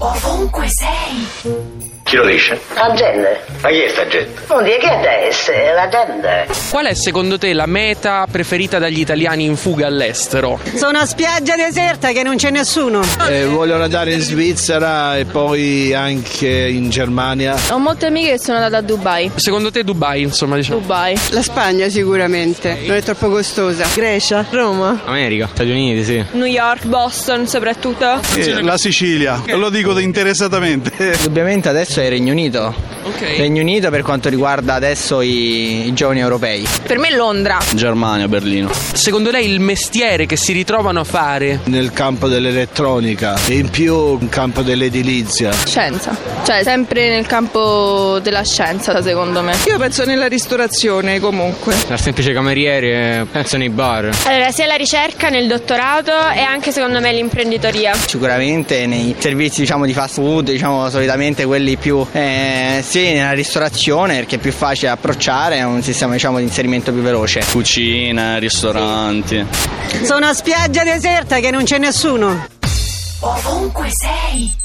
Ovunque sei. Chi lo dice? La gente. Ma chi è sta gente? Non dire che è essere, la gente. Qual è secondo te la meta preferita dagli italiani in fuga all'estero? Su una spiaggia deserta che non c'è nessuno. Vogliono andare in Svizzera e poi anche in Germania. Ho molte amiche che sono andate a Dubai. Secondo te Dubai, insomma, diciamo? Dubai. La Spagna sicuramente, non è troppo costosa. Grecia, Roma. America, Stati Uniti, sì. New York, Boston soprattutto. La Sicilia, lo dico interessatamente. Ovviamente adesso è il Regno Unito. Ok. Regno Unito per quanto riguarda adesso i giovani europei. Per me Londra. Germania, Berlino. Secondo lei il mestiere che si ritrovano a fare? Nel campo dell'elettronica e in più in campo dell'edilizia. Scienza. Cioè sempre nel campo della scienza secondo me. Io penso nella ristorazione comunque. Da semplice cameriere, penso nei bar. Allora, sia la ricerca nel dottorato e anche secondo me l'imprenditoria. Sicuramente nei servizi diciamo di fast food, diciamo solitamente quelli più sì, nella ristorazione perché è più facile approcciare, è un sistema diciamo di inserimento più veloce. Cucina, ristoranti. Su una spiaggia deserta che non c'è nessuno. Ovunque sei.